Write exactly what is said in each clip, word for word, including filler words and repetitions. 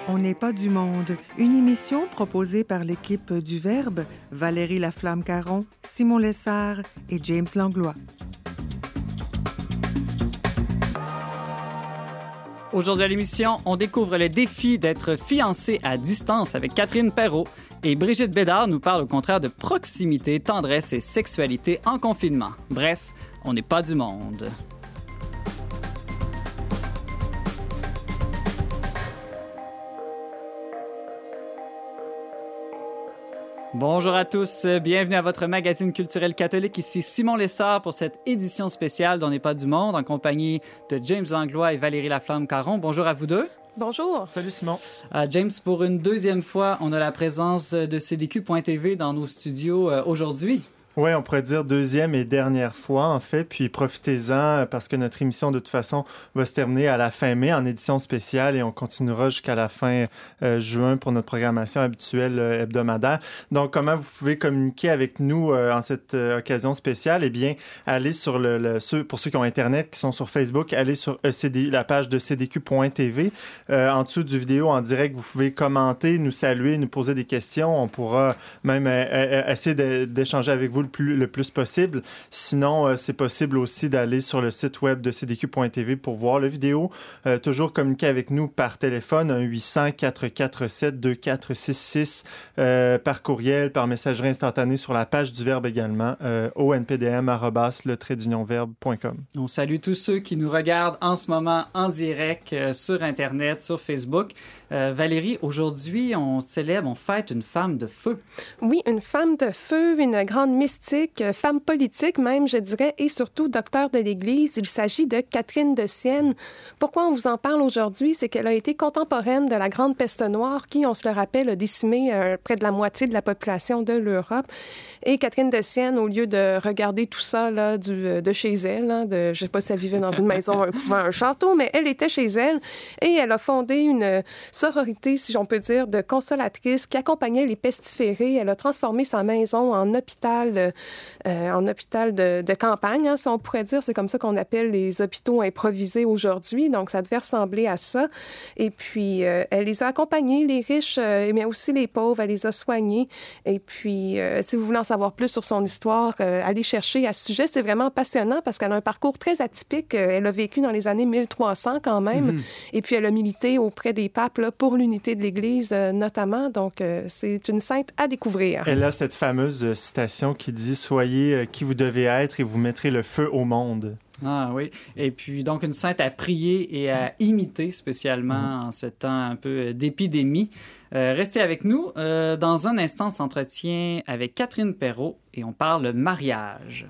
On n'est pas du monde, une émission proposée par l'équipe du Verbe, Valérie Laflamme-Caron, Simon Lessard et James Langlois. Aujourd'hui à l'émission, on découvre le défi d'être fiancé à distance avec Catherine Perrault et Brigitte Bédard nous parle au contraire de proximité, tendresse et sexualité en confinement. Bref, on n'est pas du monde. Bonjour à tous, bienvenue à votre magazine culturel catholique. Ici Simon Lessard pour cette édition spéciale d'On n'est pas du monde en compagnie de James Langlois et Valérie Laflamme-Caron. Bonjour à vous deux. Bonjour. Salut Simon. Uh, James, pour une deuxième fois, on a la présence de C D Q point T V dans nos studios uh, aujourd'hui. Oui, on pourrait dire deuxième et dernière fois, en fait. Puis profitez-en parce que notre émission, de toute façon, va se terminer à la fin mai en édition spéciale et on continuera jusqu'à la fin euh, juin pour notre programmation habituelle euh, hebdomadaire. Donc, comment vous pouvez communiquer avec nous euh, en cette euh, occasion spéciale? Eh bien, allez sur le, le ceux, pour ceux qui ont Internet, qui sont sur Facebook, allez sur E C D, la page de C D Q point T V. Euh, en dessous du vidéo, en direct, vous pouvez commenter, nous saluer, nous poser des questions. On pourra même euh, euh, essayer de, d'échanger avec vous le plus, le plus possible. Sinon, euh, c'est possible aussi d'aller sur le site web de C D Q point T V pour voir la vidéo. Euh, toujours communiquer avec nous par téléphone, un huit cents, quatre quatre sept, deux quatre six six, euh, par courriel, par messagerie instantanée sur la page du Verbe également, euh, o n p d m arobase le trait d'union verbe point com. On salue tous ceux qui nous regardent en ce moment en direct euh, sur Internet, sur Facebook. Euh, Valérie, aujourd'hui, on célèbre, on fête une femme de feu. Oui, une femme de feu, une grande mystique, femme politique même, je dirais, et surtout docteur de l'Église. Il s'agit de Catherine de Sienne. Pourquoi on vous en parle aujourd'hui? C'est qu'elle a été contemporaine de la Grande Peste noire qui, on se le rappelle, a décimé euh, près de la moitié de la population de l'Europe. Et Catherine de Sienne, au lieu de regarder tout ça là, du, de chez elle, hein, de, je ne sais pas si elle vivait dans une maison, un couvent, un château, mais elle était chez elle et elle a fondé une sororité, si on peut dire, de consolatrices qui accompagnait les pestiférés. Elle a transformé sa maison en hôpital, euh, en hôpital de, de campagne, hein, si on pourrait dire. C'est comme ça qu'on appelle les hôpitaux improvisés aujourd'hui. Donc, ça devait ressembler à ça. Et puis, euh, elle les a accompagnés, les riches, euh, mais aussi les pauvres. Elle les a soignés. Et puis, euh, si vous voulez en savoir plus sur son histoire, euh, allez chercher à ce sujet. C'est vraiment passionnant parce qu'elle a un parcours très atypique. Elle a vécu dans les années mille trois cents quand même. Mm-hmm. Et puis, elle a milité auprès des papes là, pour l'unité de l'Église, euh, notamment. Donc, euh, c'est une sainte à découvrir. Elle a cette fameuse citation qui dit « Soyez euh, qui vous devez être et vous mettrez le feu au monde ». Ah oui. Et puis, donc, une sainte à prier et à imiter, spécialement mmh. en ce temps un peu d'épidémie. Euh, restez avec nous. Euh, dans un instant, on s'entretient avec Catherine Perrault et on parle mariage.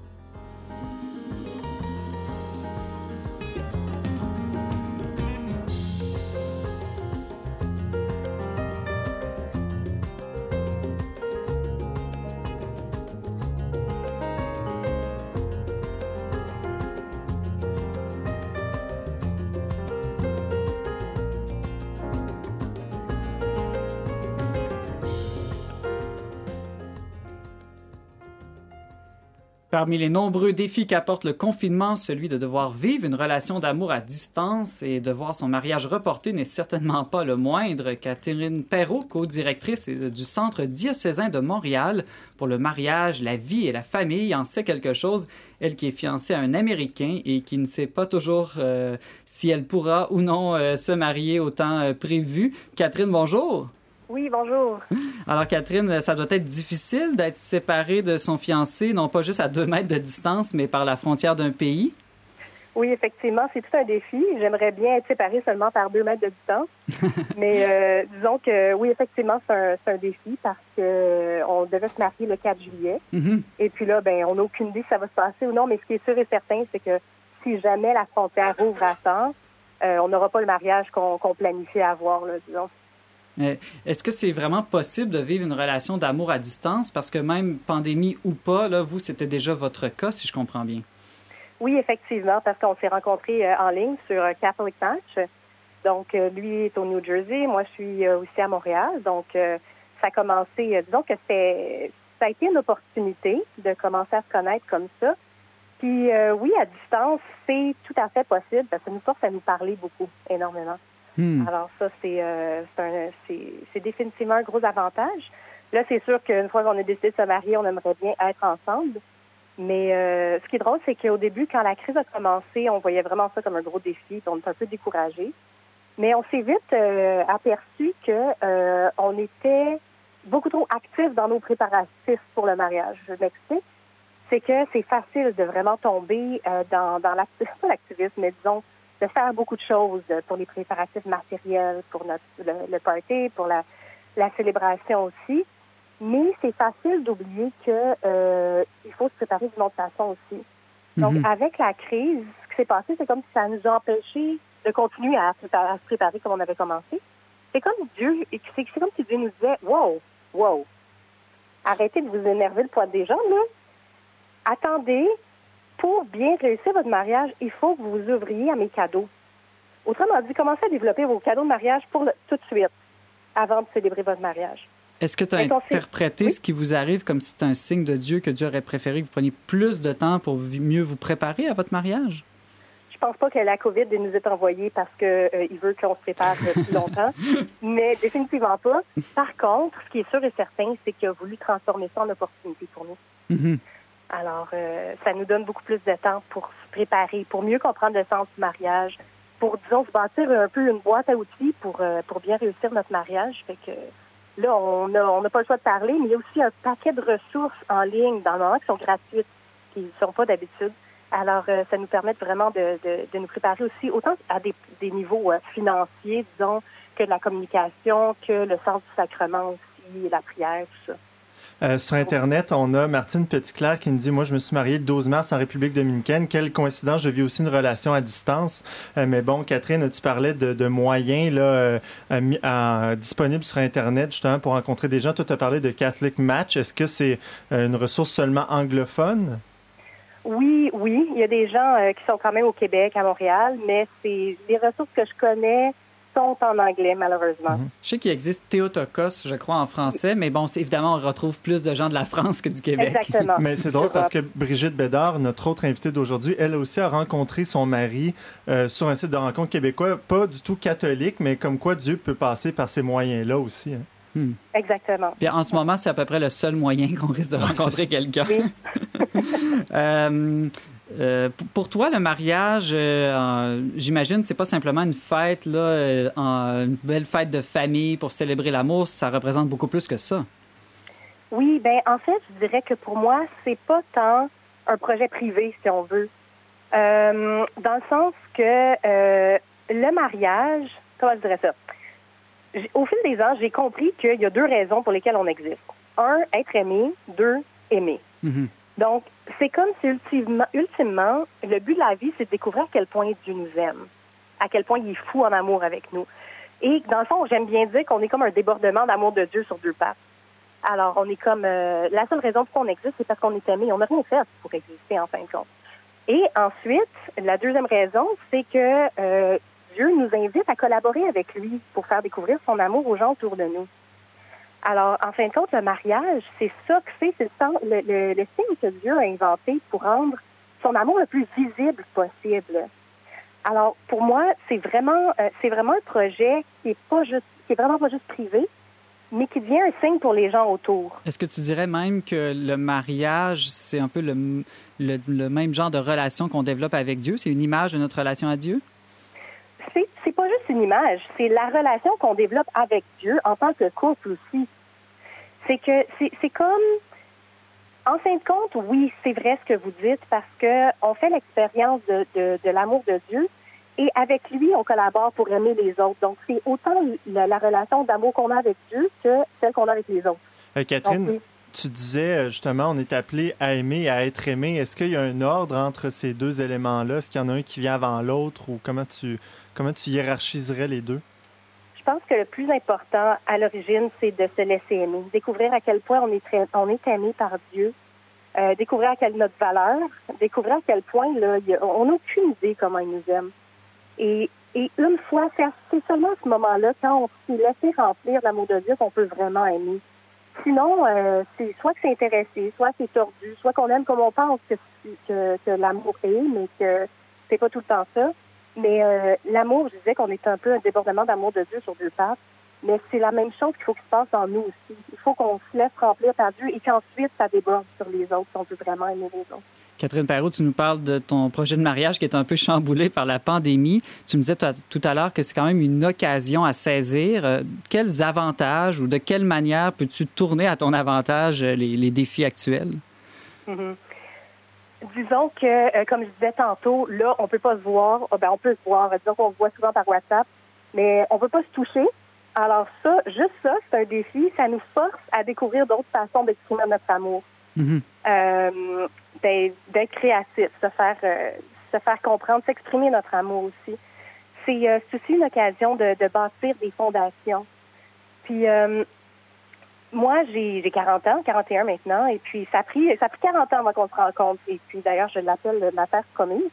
Parmi les nombreux défis qu'apporte le confinement, celui de devoir vivre une relation d'amour à distance et de voir son mariage reporté n'est certainement pas le moindre. Catherine Perrault, co-directrice du Centre diocésain de Montréal pour le mariage, la vie et la famille, en sait quelque chose. Elle qui est fiancée à un Américain et qui ne sait pas toujours euh, si elle pourra ou non euh, se marier au temps euh, prévu. Catherine, bonjour. Oui, bonjour. Alors, Catherine, ça doit être difficile d'être séparée de son fiancé, non pas juste à deux mètres de distance, mais par la frontière d'un pays? Oui, effectivement, c'est tout un défi. J'aimerais bien être séparée seulement par deux mètres de distance. mais euh, disons que oui, effectivement, c'est un, c'est un défi parce qu'on devait se marier le quatre juillet. Mm-hmm. Et puis là, ben, on n'a aucune idée si ça va se passer ou non, mais ce qui est sûr et certain, c'est que si jamais la frontière ouvre à temps, euh, on n'aura pas le mariage qu'on, qu'on planifie avoir, là, disons. Est-ce que c'est vraiment possible de vivre une relation d'amour à distance? Parce que même pandémie ou pas, là, vous, c'était déjà votre cas, si je comprends bien. Oui, effectivement, parce qu'on s'est rencontrés euh, en ligne sur euh, Catholic Match. Donc, euh, lui est au New Jersey, moi, je suis euh, aussi à Montréal. Donc, euh, ça a commencé, euh, disons que c'est, ça a été une opportunité de commencer à se connaître comme ça. Puis, euh, oui, à distance, c'est tout à fait possible parce que ça nous force à nous parler beaucoup, énormément. Hmm. Alors ça, c'est, euh, c'est, un, c'est, c'est définitivement un gros avantage. Là, c'est sûr qu'une fois qu'on a décidé de se marier, on aimerait bien être ensemble. Mais euh, ce qui est drôle, c'est qu'au début, quand la crise a commencé, on voyait vraiment ça comme un gros défi, puis on était un peu découragés. Mais on s'est vite euh, aperçu que euh, on était beaucoup trop actifs dans nos préparatifs pour le mariage. Je m'explique. C'est que c'est facile de vraiment tomber euh, dans, dans l'activisme, pas l'activisme, mais disons, de faire beaucoup de choses pour les préparatifs matériels, pour notre, le, le party, pour la, la célébration aussi. Mais c'est facile d'oublier que euh, il faut se préparer d'une autre façon aussi. Donc, mm-hmm. avec la crise, ce qui s'est passé, c'est comme si ça nous a empêchés de continuer à, à se préparer comme on avait commencé. C'est comme Dieu, c'est, c'est comme si Dieu nous disait, wow, wow, arrêtez de vous énerver le poids des jambes, là. Attendez, pour bien réussir votre mariage, il faut que vous vous ouvriez à mes cadeaux. Autrement dit, commencez à développer vos cadeaux de mariage pour le, tout de suite, avant de célébrer votre mariage. Est-ce que tu as interprété oui? ce qui vous arrive comme si c'était un signe de Dieu, que Dieu aurait préféré que vous preniez plus de temps pour mieux vous préparer à votre mariage? Je pense pas que la COVID nous est envoyée parce qu'il euh, veut qu'on se prépare depuis longtemps, mais définitivement pas. Par contre, ce qui est sûr et certain, c'est qu'il a voulu transformer ça en opportunité pour nous. Mm-hmm. Alors, euh, ça nous donne beaucoup plus de temps pour se préparer, pour mieux comprendre le sens du mariage, pour, disons, se bâtir un peu une boîte à outils pour, euh, pour bien réussir notre mariage. Fait que là, on n'a on n'a pas le choix de parler, mais il y a aussi un paquet de ressources en ligne dans le moment qui sont gratuites, qui ne sont pas d'habitude. Alors, euh, ça nous permet vraiment de, de, de nous préparer aussi, autant à des, des niveaux euh, financiers, disons, que de la communication, que le sens du sacrement aussi, la prière, tout ça. Euh, sur Internet, on a Martine Petitclerc qui nous dit « Moi, je me suis mariée le douze mars en République dominicaine. Quelle coïncidence, je vis aussi une relation à distance. Euh, » Mais bon, Catherine, tu parlais de, de moyens là, euh, euh, euh, disponibles sur Internet justement pour rencontrer des gens. Toi, tu as parlé de Catholic Match. Est-ce que c'est euh, une ressource seulement anglophone? Oui, oui. Il y a des gens euh, qui sont quand même au Québec, à Montréal, mais c'est les ressources que je connais sont en anglais, malheureusement. Mm-hmm. Je sais qu'il existe Théotokos, je crois, en français, mais bon, évidemment, on retrouve plus de gens de la France que du Québec. Exactement. Mais c'est drôle parce que Brigitte Bédard, notre autre invitée d'aujourd'hui, elle aussi a rencontré son mari euh, sur un site de rencontre québécois, pas du tout catholique, mais comme quoi Dieu peut passer par ces moyens-là aussi. Hein. Hmm. Exactement. Puis en ce moment, c'est à peu près le seul moyen qu'on risque de rencontrer quelqu'un. Oui. euh, Euh, pour toi, le mariage, euh, j'imagine, c'est pas simplement une fête, là, euh, une belle fête de famille pour célébrer l'amour. Ça représente beaucoup plus que ça. Oui, ben en fait, je dirais que pour moi, c'est pas tant un projet privé, si on veut. Euh, dans le sens que euh, le mariage, comment je dirais ça? Au fil des ans, j'ai compris qu'il y a deux raisons pour lesquelles on existe. Un, être aimé. Deux, aimer. Mm-hmm. Donc, c'est comme si ultimement, ultimement, le but de la vie, c'est de découvrir à quel point Dieu nous aime, à quel point il est fou en amour avec nous. Et dans le fond, j'aime bien dire qu'on est comme un débordement d'amour de Dieu sur deux pattes. Alors, on est comme... Euh, la seule raison pour qu'on existe, c'est parce qu'on est aimé. On n'a rien fait pour exister, en fin de compte. Et ensuite, la deuxième raison, c'est que euh, Dieu nous invite à collaborer avec lui pour faire découvrir son amour aux gens autour de nous. Alors, en fin de compte, le mariage, c'est ça que c'est, c'est le, le, le signe que Dieu a inventé pour rendre son amour le plus visible possible. Alors, pour moi, c'est vraiment, euh, c'est vraiment un projet qui est pas juste, qui est vraiment pas juste privé, mais qui devient un signe pour les gens autour. Est-ce que tu dirais même que le mariage, c'est un peu le, le, le même genre de relation qu'on développe avec Dieu? C'est une image de notre relation à Dieu? C'est, c'est pas juste une image, c'est la relation qu'on développe avec Dieu en tant que couple aussi. C'est que c'est, c'est comme, en fin de compte, oui, c'est vrai ce que vous dites parce que on fait l'expérience de, de, de l'amour de Dieu et avec lui, on collabore pour aimer les autres. Donc, c'est autant la, la relation d'amour qu'on a avec Dieu que celle qu'on a avec les autres. Euh, Catherine, Donc, oui. Tu disais justement, on est appelé à aimer et à être aimé. Est-ce qu'il y a un ordre entre ces deux éléments-là? Est-ce qu'il y en a un qui vient avant l'autre ou comment tu, comment tu hiérarchiserais les deux? Je pense que le plus important à l'origine, c'est de se laisser aimer. Découvrir à quel point on est, très, on est aimé par Dieu. Euh, découvrir à quelle notre valeur. Découvrir à quel point là, y a, on n'a aucune idée comment il nous aime. Et, et une fois, c'est, c'est seulement à ce moment-là, quand on s'est laissé remplir l'amour de Dieu, qu'on peut vraiment aimer. Sinon, euh, c'est soit que c'est intéressé, soit c'est tordu, soit qu'on aime comme on pense que, que, que l'amour est, mais que c'est pas tout le temps ça. Mais euh, l'amour, je disais qu'on est un peu un débordement d'amour de Dieu sur deux pattes, mais c'est la même chose qu'il faut qu'il se passe en nous aussi. Il faut qu'on se laisse remplir par Dieu et qu'ensuite, ça déborde sur les autres si on veut vraiment aimer les autres. Catherine Perrault, tu nous parles de ton projet de mariage qui est un peu chamboulé par la pandémie. Tu me disais tout à l'heure que c'est quand même une occasion à saisir. Euh, quels avantages ou de quelle manière peux-tu tourner à ton avantage les, les défis actuels? Mm-hmm. Disons que, euh, comme je disais tantôt, là, on peut pas se voir. Oh, ben, on peut se voir. Disons qu'on se voit souvent par WhatsApp, mais on peut pas se toucher. Alors ça, juste ça, c'est un défi. Ça nous force à découvrir d'autres façons d'exprimer notre amour. Mm-hmm. Euh, d'être, d'être créatif, se faire, euh, se faire comprendre, s'exprimer notre amour aussi. C'est, euh, c'est aussi une occasion de, de bâtir des fondations. Puis, euh, moi, j'ai, j'ai quarante ans, quarante et un maintenant, et puis ça a pris, ça a pris quarante ans avant qu'on se rencontre. Et puis, d'ailleurs, je l'appelle ma terre promise.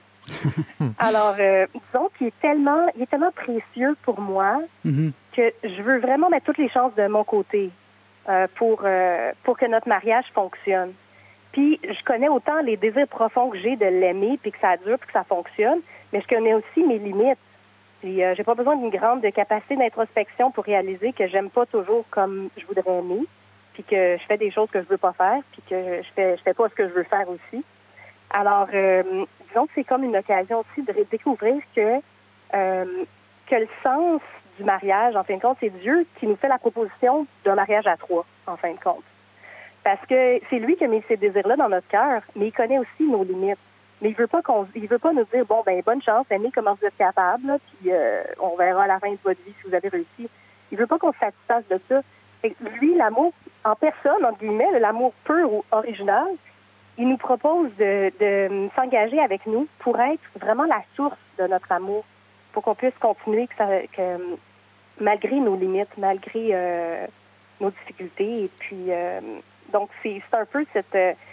Alors, euh, disons qu'il est tellement, il est tellement précieux pour moi mm-hmm. que je veux vraiment mettre toutes les chances de mon côté euh, pour, euh, pour que notre mariage fonctionne. Puis, je connais autant les désirs profonds que j'ai de l'aimer, puis que ça dure, puis que ça fonctionne, mais je connais aussi mes limites. Puis, euh, j'ai pas besoin d'une grande capacité d'introspection pour réaliser que j'aime pas toujours comme je voudrais aimer, puis que je fais des choses que je veux pas faire, puis que je fais, je fais pas ce que je veux faire aussi. Alors, euh, disons que c'est comme une occasion aussi de découvrir que, euh, que le sens du mariage, en fin de compte, c'est Dieu qui nous fait la proposition d'un mariage à trois, en fin de compte. Parce que c'est lui qui a mis ces désirs-là dans notre cœur, mais il connaît aussi nos limites. Mais il veut pas qu'on, il veut pas nous dire, bon, ben bonne chance, aimez comment vous êtes capable, là, puis euh, on verra à la fin de votre vie si vous avez réussi. Il veut pas qu'on se satisfasse de ça. Fait que lui, l'amour en personne, entre guillemets, l'amour pur ou original, il nous propose de, de s'engager avec nous pour être vraiment la source de notre amour, pour qu'on puisse continuer, que, ça, que malgré nos limites, malgré euh, nos difficultés, et puis euh, donc c'est, c'est un peu cette,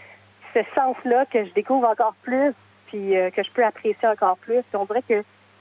ce sens-là que je découvre encore plus, puis euh, que je peux apprécier encore plus. Puis on dirait que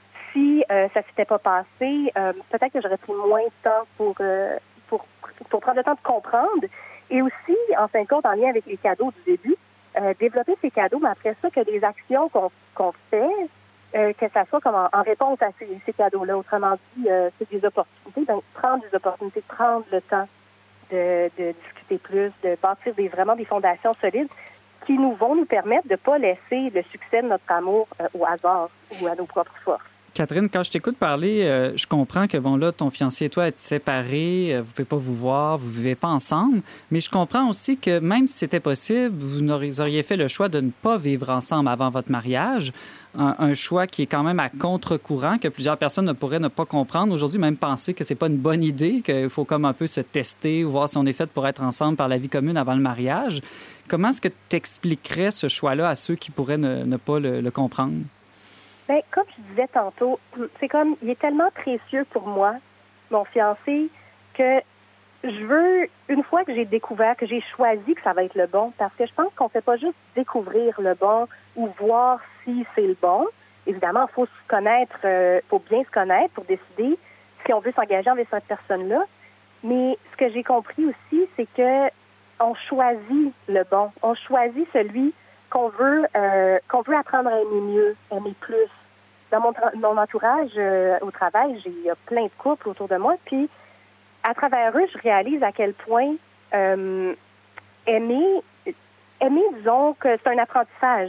si euh, ça s'était pas passé, euh, peut-être que j'aurais pris moins de temps pour, euh, pour pour prendre le temps de comprendre, et aussi, en fin de compte, en lien avec les cadeaux du début, euh, développer ces cadeaux, mais après ça, que des actions qu'on, qu'on fait, euh, que ça soit comme en, en réponse à ces, ces cadeaux-là. Autrement dit, euh, c'est des opportunités, donc prendre des opportunités, prendre le temps de, de discuter plus, de bâtir des, vraiment des fondations solides qui nous vont nous permettre de ne pas laisser le succès de notre amour euh, au hasard ou à nos propres forces. Catherine, quand je t'écoute parler, euh, je comprends que, bon, là, ton fiancé et toi êtes séparés, euh, vous ne pouvez pas vous voir, vous ne vivez pas ensemble, mais je comprends aussi que même si c'était possible, vous auriez fait le choix de ne pas vivre ensemble avant votre mariage, un, un choix qui est quand même à contre-courant, que plusieurs personnes ne pourraient ne pas comprendre. Aujourd'hui, même penser que c'est pas une bonne idée, qu'il faut comme un peu se tester, voir si on est fait pour être ensemble par la vie commune avant le mariage. Comment est-ce que tu expliquerais ce choix-là à ceux qui pourraient ne, ne pas le, le comprendre? Bien, comme je disais tantôt, c'est comme, il est tellement précieux pour moi, mon fiancé, que je veux, une fois que j'ai découvert, que j'ai choisi que ça va être le bon, parce que je pense qu'on ne fait pas juste découvrir le bon ou voir si c'est le bon. Évidemment, il faut se connaître, il euh, faut bien se connaître pour décider si on veut s'engager avec cette personne-là. Mais ce que j'ai compris aussi, c'est que on choisit le bon. On choisit celui qu'on veut euh, qu'on veut apprendre à aimer mieux, aimer plus. Dans mon, tra- mon entourage euh, au travail, j'ai y a plein de couples autour de moi, puis à travers eux, je réalise à quel point euh, aimer, aimer, disons que c'est un apprentissage.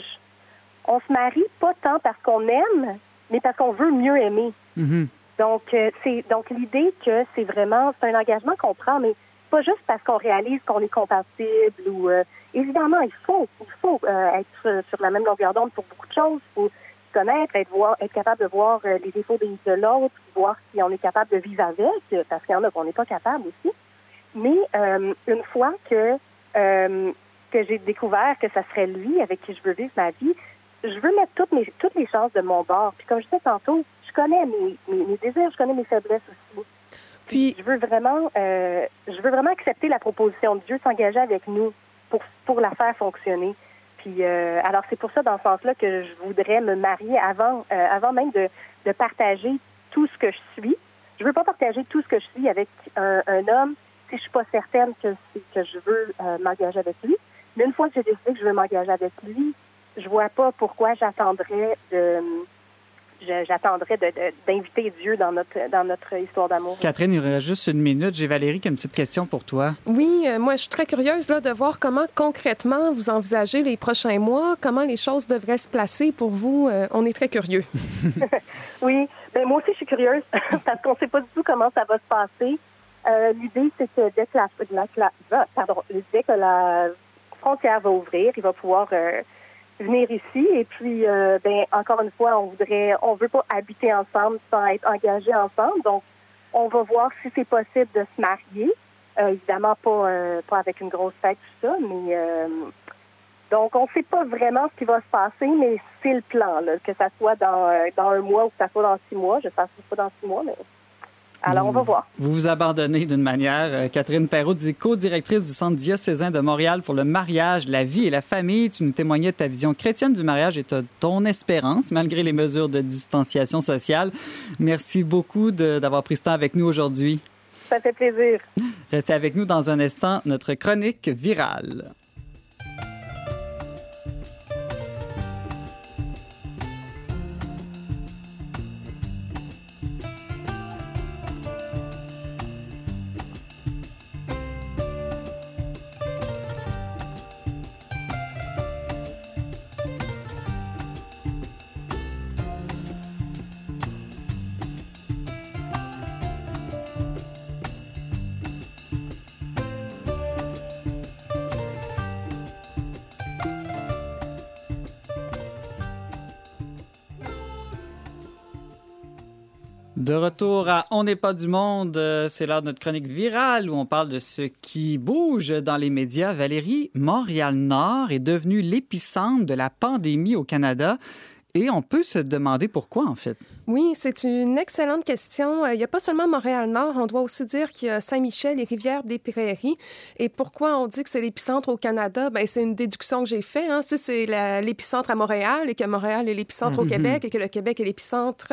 On se marie pas tant parce qu'on aime, mais parce qu'on veut mieux aimer. Mm-hmm. Donc, euh, c'est donc l'idée que c'est vraiment, c'est un engagement qu'on prend, mais pas juste parce qu'on réalise qu'on est compatible ou euh, évidemment, il faut, il faut euh, être sur, sur la même longueur d'onde pour beaucoup de choses. Il faut se connaître, être, voir, être capable de voir euh, les défauts de, de l'autre, voir si on est capable de vivre avec, parce qu'il y en a qu'on n'est pas capable aussi. Mais euh, une fois que euh, que j'ai découvert que ça serait lui avec qui je veux vivre ma vie, je veux mettre toutes mes toutes les chances de mon bord. Puis comme je disais tantôt, je connais mes, mes, mes désirs, je connais mes faiblesses aussi. Puis je veux vraiment, euh, je veux vraiment accepter la proposition de Dieu, s'engager avec nous pour pour la faire fonctionner. Puis euh, alors c'est pour ça dans ce sens-là que je voudrais me marier avant, euh, avant même de, de partager tout ce que je suis. Je veux pas partager tout ce que je suis avec un, un homme si je suis pas certaine que c'est, que je veux euh, m'engager avec lui. Mais une fois que j'ai décidé que je veux m'engager avec lui, je vois pas pourquoi j'attendrais de je, j'attendrais de, de, d'inviter Dieu dans notre, dans notre histoire d'amour. Catherine, il reste juste une minute. J'ai Valérie qui a une petite question pour toi. Oui, euh, moi, je suis très curieuse là, de voir comment concrètement vous envisagez les prochains mois, comment les choses devraient se placer pour vous. Euh, on est très curieux. Oui, ben, moi aussi, je suis curieuse parce qu'on ne sait pas du tout comment ça va se passer. Euh, l'idée, c'est que dès que la, la, la, pardon, dès que la frontière va ouvrir, il va pouvoir euh, venir ici. Et puis, euh, ben, encore une fois, on voudrait, on veut pas habiter ensemble sans être engagés ensemble. Donc, on va voir si c'est possible de se marier. Euh, évidemment, pas, euh, pas avec une grosse fête, tout ça, mais euh, donc, on ne sait pas vraiment ce qui va se passer, mais c'est le plan, là, que ça soit dans, euh, dans un mois ou que ça soit dans six mois. Je ne pense pas dans six mois, mais... Alors, vous, on va voir. Vous vous abandonnez d'une manière. Euh, Catherine Perrault, co-directrice du Centre diocésain de Montréal pour le mariage, la vie et la famille. Tu nous témoignais de ta vision chrétienne du mariage et de ton espérance, malgré les mesures de distanciation sociale. Merci beaucoup de, d'avoir pris ce temps avec nous aujourd'hui. Ça fait plaisir. Restez avec nous dans un instant, notre chronique virale. De retour à On n'est pas du monde, c'est l'heure de notre chronique virale où on parle de ce qui bouge dans les médias. Valérie, Montréal-Nord est devenu l'épicentre de la pandémie au Canada. Et on peut se demander pourquoi, en fait. Oui, c'est une excellente question. Il n'y a pas seulement Montréal-Nord, on doit aussi dire qu'il y a Saint-Michel et Rivière-des-Prairies. Et pourquoi on dit que c'est l'épicentre au Canada? Bien, c'est une déduction que j'ai faite. Hein. Si c'est la, l'épicentre à Montréal et que Montréal est l'épicentre mm-hmm. au Québec et que le Québec est l'épicentre...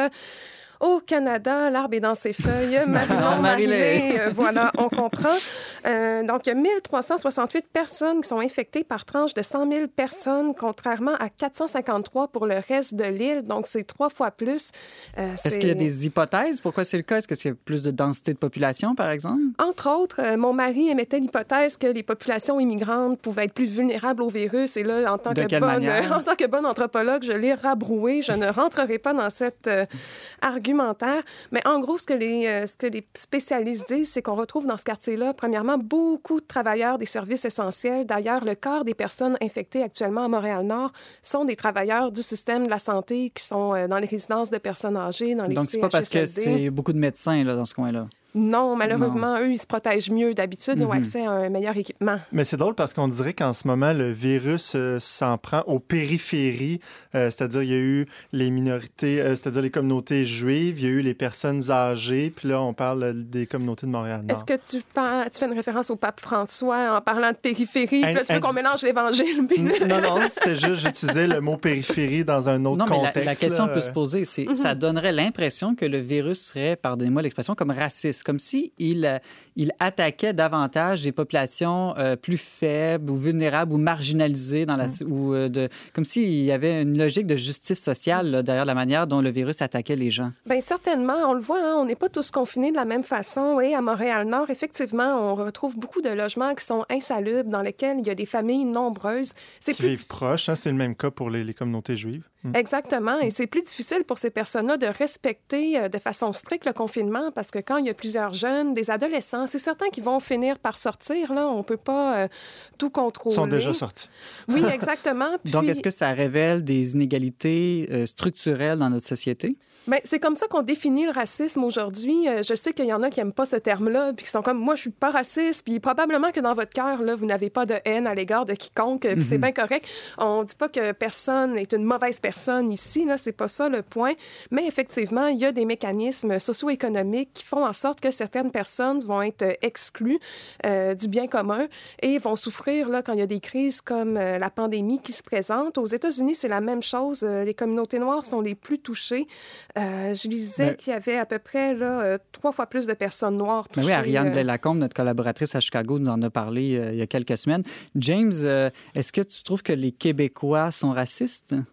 Au Canada, l'arbre est dans ses feuilles. Marilyn, Marilyn, euh, voilà, on comprend. Euh, donc, il y a mille trois cent soixante-huit personnes qui sont infectées par tranche de cent mille personnes, contrairement à quatre cent cinquante-trois pour le reste de l'île. Donc, c'est trois fois plus. Euh, Est-ce qu'il y a des hypothèses? Pourquoi c'est le cas? Est-ce qu'il y a plus de densité de population, par exemple? Entre autres, euh, mon mari émettait l'hypothèse que les populations immigrantes pouvaient être plus vulnérables au virus. Et là, en tant, que bonne, euh, en tant que bonne anthropologue, je l'ai rabroué. Je ne rentrerai pas dans cette euh, argumentation. Mais en gros, ce que, les, euh, ce que les spécialistes disent, c'est qu'on retrouve dans ce quartier-là, premièrement, beaucoup de travailleurs des services essentiels. D'ailleurs, le quart des personnes infectées actuellement à Montréal-Nord sont des travailleurs du système de la santé qui sont euh, dans les résidences de personnes âgées, dans les Donc, c'est pas parce que c'est beaucoup de médecins là, dans ce coin-là? Non, malheureusement, non. Eux, ils se protègent mieux. D'habitude, ils ont accès à un meilleur équipement. Mais c'est drôle parce qu'on dirait qu'en ce moment, le virus euh, s'en prend aux périphéries. Euh, c'est-à-dire, il y a eu les minorités, euh, c'est-à-dire les communautés juives, il y a eu les personnes âgées, puis là, on parle des communautés de Montréal-Nord. Est-ce que tu, parles, tu fais une référence au pape François en parlant de périphérie? Puis là, tu veux qu'on mélange l'Évangile? Puis... Non, non, c'était juste, j'utilisais le mot périphérie dans un autre non, mais contexte. La, la question là, peut se poser, c'est mm-hmm. ça donnerait l'impression que le virus serait, pardonnez-moi l'expression, comme raciste. Comme si il, il attaquait davantage des populations euh, plus faibles ou vulnérables ou marginalisées, dans la, mmh. ou, euh, de, comme s'il y avait une logique de justice sociale là, derrière la manière dont le virus attaquait les gens. Bien, certainement. On le voit, hein, on n'est pas tous confinés de la même façon. Et à Montréal-Nord, effectivement, on retrouve beaucoup de logements qui sont insalubres, dans lesquels il y a des familles nombreuses. C'est qui plus... vivent proches, hein, c'est le même cas pour les, les communautés juives. Mmh. Exactement. Et c'est plus difficile pour ces personnes-là de respecter euh, de façon stricte le confinement parce que quand il y a plusieurs jeunes, des adolescents, c'est certain qu'ils vont finir par sortir. Là. On ne peut pas euh, tout contrôler. Ils sont déjà sortis. Oui, exactement. Puis... Donc, est-ce que ça révèle des inégalités euh, structurelles dans notre société? Bien, c'est comme ça qu'on définit le racisme aujourd'hui. Euh, je sais qu'il y en a qui n'aiment pas ce terme-là, puis qui sont comme, moi, je suis pas raciste, puis probablement que dans votre cœur, là, vous n'avez pas de haine à l'égard de quiconque, puis mm-hmm. c'est bien correct. On dit pas que personne est une mauvaise personne ici, là, c'est pas ça le point. Mais effectivement, il y a des mécanismes socio-économiques qui font en sorte que certaines personnes vont être exclues euh, du bien commun et vont souffrir là, quand il y a des crises comme euh, la pandémie qui se présente. Aux États-Unis, c'est la même chose. Euh, les communautés noires sont les plus touchées. Euh, je lisais mais... qu'il y avait à peu près là, euh, trois fois plus de personnes noires touchées. Mais oui, Ariane euh... Blais-Lacombe, notre collaboratrice à Chicago, nous en a parlé euh, il y a quelques semaines. James, euh, est-ce que tu trouves que les Québécois sont racistes?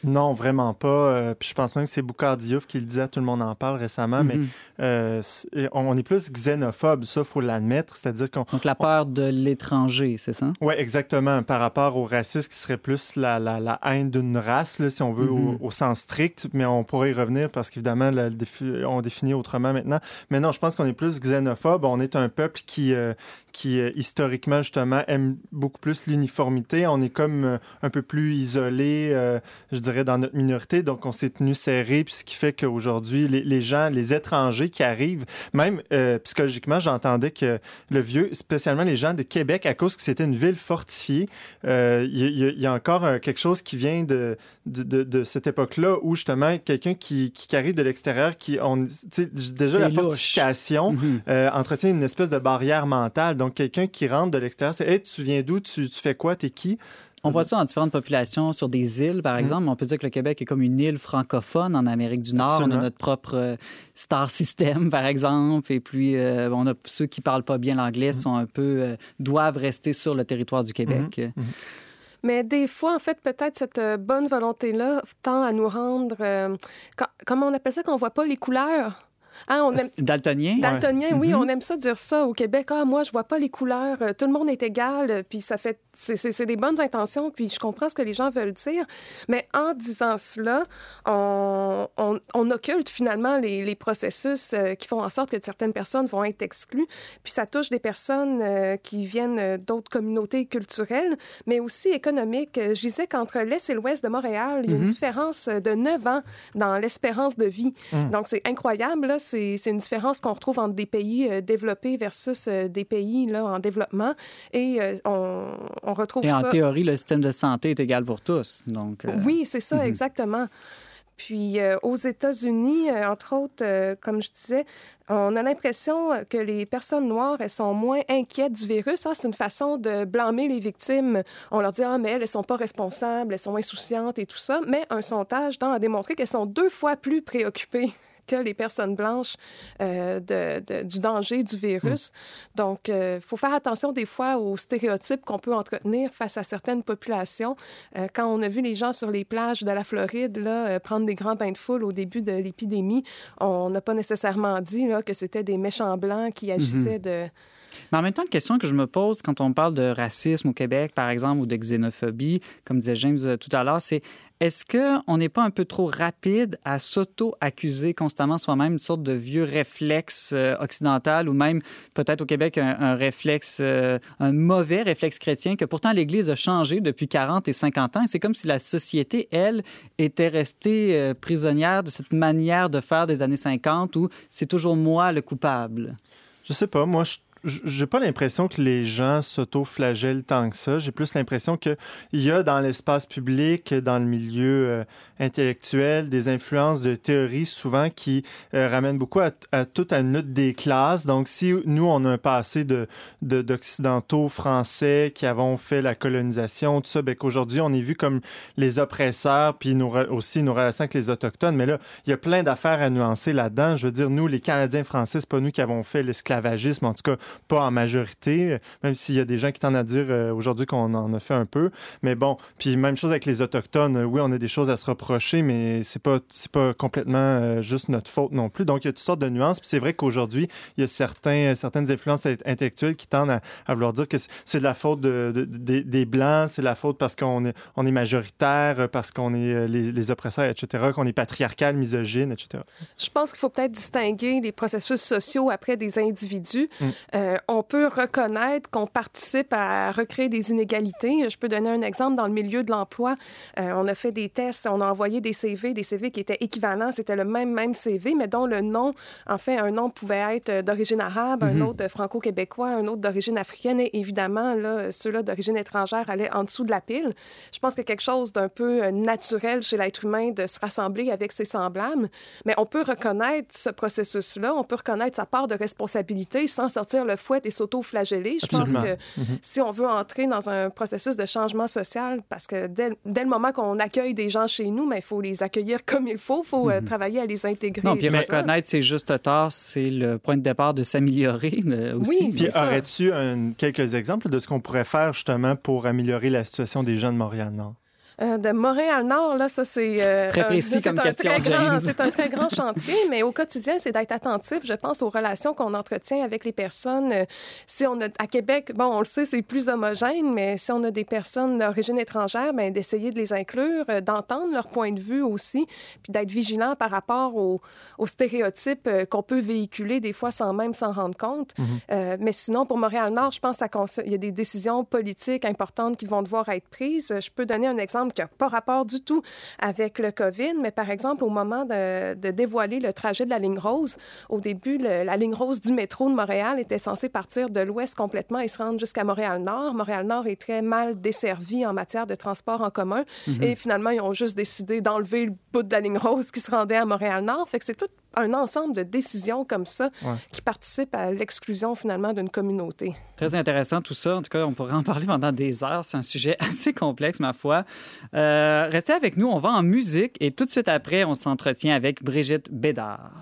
Non, vraiment pas. Euh, puis je pense même que c'est Boucard Diouf qui le disait, tout le monde en parle récemment, mm-hmm. mais euh, c'est, on est plus xénophobe, ça, il faut l'admettre. C'est-à-dire qu'on... Donc la peur on... de l'étranger, c'est ça? Oui, exactement. Par rapport au racisme, qui serait plus la, la, la haine d'une race, là, si on veut, mm-hmm. au, au sens strict, mais on pourrait y revenir parce qu'évidemment, la, on définit autrement maintenant. Mais non, je pense qu'on est plus xénophobe. On est un peuple qui, euh, qui euh, historiquement, justement, aime beaucoup plus l'uniformité. On est comme euh, un peu plus isolé, euh, je dirais, dans notre minorité, donc on s'est tenu serré, puis ce qui fait qu'aujourd'hui, les, les gens, les étrangers qui arrivent, même euh, psychologiquement, j'entendais que le vieux, spécialement les gens de Québec, à cause que c'était une ville fortifiée, euh, il y, y, y a encore euh, quelque chose qui vient de, de, de, de cette époque-là, où justement, quelqu'un qui, qui arrive de l'extérieur, qui on, déjà c'est la louche. Fortification mm-hmm. euh, entretient une espèce de barrière mentale, donc quelqu'un qui rentre de l'extérieur, c'est « Hey, tu viens d'où? Tu, tu fais quoi? T'es qui? » On voit ça dans différentes populations, sur des îles, par exemple. Mmh. On peut dire que le Québec est comme une île francophone en Amérique du Nord. Absolument. On a notre propre euh, star system, par exemple. Et puis, euh, on a ceux qui ne parlent pas bien l'anglais, mmh. sont un peu, euh, doivent rester sur le territoire du Québec. Mmh. Mmh. Mais des fois, en fait, peut-être cette euh, bonne volonté-là tend à nous rendre... Euh, quand, comment on appelle ça, qu'on ne voit pas les couleurs? Hein, on aime... Daltonien? Daltonien, ouais. oui, mm-hmm. on aime ça dire ça au Québec. Ah, moi, je vois pas les couleurs, tout le monde est égal, puis ça fait... C'est, c'est, c'est des bonnes intentions, puis je comprends ce que les gens veulent dire, mais en disant cela, on, on, on occulte finalement les, les processus euh, qui font en sorte que certaines personnes vont être exclues, puis ça touche des personnes euh, qui viennent d'autres communautés culturelles, mais aussi économiques. Je disais qu'entre l'Est et l'Ouest de Montréal, il y a mm-hmm. une différence de neuf ans dans l'espérance de vie. Mm. Donc, c'est incroyable, là. C'est, c'est une différence qu'on retrouve entre des pays euh, développés versus euh, des pays là, en développement. Et euh, on, on retrouve ça... Et en ça... théorie, le système de santé est égal pour tous. Donc, euh... Oui, c'est ça, mm-hmm. exactement. Puis euh, aux États-Unis, euh, entre autres, euh, comme je disais, on a l'impression que les personnes noires, elles sont moins inquiètes du virus. Hein? C'est une façon de blâmer les victimes. On leur dit « Ah, mais elles, elles sont pas responsables, elles sont insouciantes et tout ça. » Mais un sondage tend à démontrer qu'elles sont deux fois plus préoccupées que les personnes blanches euh, de, de, du danger du virus. Mm. Donc, il euh, faut faire attention des fois aux stéréotypes qu'on peut entretenir face à certaines populations. Euh, quand on a vu les gens sur les plages de la Floride là, euh, prendre des grands bains de foule au début de l'épidémie, on n'a pas nécessairement dit là, que c'était des méchants blancs qui agissaient mm-hmm. de... Mais en même temps, une question que je me pose quand on parle de racisme au Québec, par exemple, ou de xénophobie, comme disait James tout à l'heure, c'est est-ce qu'on n'est pas un peu trop rapide à s'auto-accuser constamment soi-même une sorte de vieux réflexe euh, occidental ou même peut-être au Québec un, un réflexe, euh, un mauvais réflexe chrétien que pourtant l'Église a changé depuis quarante et cinquante ans. Et c'est comme si la société, elle, était restée euh, prisonnière de cette manière de faire des années cinquante où c'est toujours moi le coupable. Je sais pas, moi je J'ai pas l'impression que les gens s'auto-flagellent tant que ça. J'ai plus l'impression qu'il y a dans l'espace public, dans le milieu euh, intellectuel, des influences de théories souvent qui euh, ramènent beaucoup à, à toute une lutte des classes. Donc, si nous, on a un passé de, de, d'occidentaux français qui avons fait la colonisation, tout ça, bien qu'aujourd'hui, on est vu comme les oppresseurs, puis nos, aussi nos relations avec les Autochtones. Mais là, il y a plein d'affaires à nuancer là-dedans. Je veux dire, nous, les Canadiens français, c'est pas nous qui avons fait l'esclavagisme, en tout cas, pas en majorité, même s'il y a des gens qui tendent à dire euh, aujourd'hui qu'on en a fait un peu. Mais bon, puis même chose avec les Autochtones. Euh, oui, on a des choses à se reprocher, mais c'est pas, c'est pas complètement euh, juste notre faute non plus. Donc, il y a toutes sortes de nuances. Puis c'est vrai qu'aujourd'hui, il y a certains, certaines influences intellectuelles qui tendent à, à vouloir dire que c'est de la faute de, de, de, des Blancs, c'est de la faute parce qu'on est, on est majoritaire, parce qu'on est les, les oppresseurs, et cetera, qu'on est patriarcal, misogyne, et cetera. Je pense qu'il faut peut-être distinguer les processus sociaux après des individus. Mm. Euh, Euh, on peut reconnaître qu'on participe à recréer des inégalités. Je peux donner un exemple dans le milieu de l'emploi. Euh, on a fait des tests, on a envoyé des C V, des C V qui étaient équivalents, c'était le même, même C V, mais dont le nom, en fait, un nom pouvait être d'origine arabe, mm-hmm. un autre franco-québécois, un autre d'origine africaine, et évidemment, là, ceux-là d'origine étrangère allaient en dessous de la pile. Je pense qu'il y a quelque chose d'un peu naturel chez l'être humain de se rassembler avec ses semblables, mais on peut reconnaître ce processus-là, on peut reconnaître sa part de responsabilité sans sortir le fouet et s'auto-flageller. Je Absolument. pense que mm-hmm. si on veut entrer dans un processus de changement social, parce que dès, dès le moment qu'on accueille des gens chez nous, il faut les accueillir comme il faut, il faut mm-hmm. euh, travailler à les intégrer. Non, puis reconnaître ses justes torts, c'est le point de départ de s'améliorer euh, aussi. Oui, puis aurais-tu un, quelques exemples de ce qu'on pourrait faire justement pour améliorer la situation des gens de Montréal-Nord? Euh, de Montréal-Nord, là, ça, c'est... Euh, très précis euh, comme question, grand, James. C'est un très grand chantier, mais au quotidien, c'est d'être attentif, je pense, aux relations qu'on entretient avec les personnes. Euh, si on a... À Québec, bon, on le sait, c'est plus homogène, mais si on a des personnes d'origine étrangère, bien, d'essayer de les inclure, euh, d'entendre leur point de vue aussi, puis d'être vigilant par rapport aux, aux stéréotypes euh, qu'on peut véhiculer des fois sans même s'en rendre compte. Mm-hmm. Euh, mais sinon, pour Montréal-Nord, je pense qu'il y a des décisions politiques importantes qui vont devoir être prises. Je peux donner un exemple qui n'a pas rapport du tout avec le COVID, mais par exemple, au moment de, de dévoiler le trajet de la ligne rose, au début, le, la ligne rose du métro de Montréal était censée partir de l'ouest complètement et se rendre jusqu'à Montréal-Nord. Montréal-Nord est très mal desservi en matière de transport en commun. Mm-hmm. Et finalement, ils ont juste décidé d'enlever le bout de la ligne rose qui se rendait à Montréal-Nord. Fait que c'est tout un ensemble de décisions comme ça ouais. qui participent à l'exclusion, finalement, d'une communauté. Très intéressant tout ça. En tout cas, on pourrait en parler pendant des heures. C'est un sujet assez complexe, ma foi. Euh, restez avec nous, on va en musique et tout de suite après, on s'entretient avec Brigitte Bédard.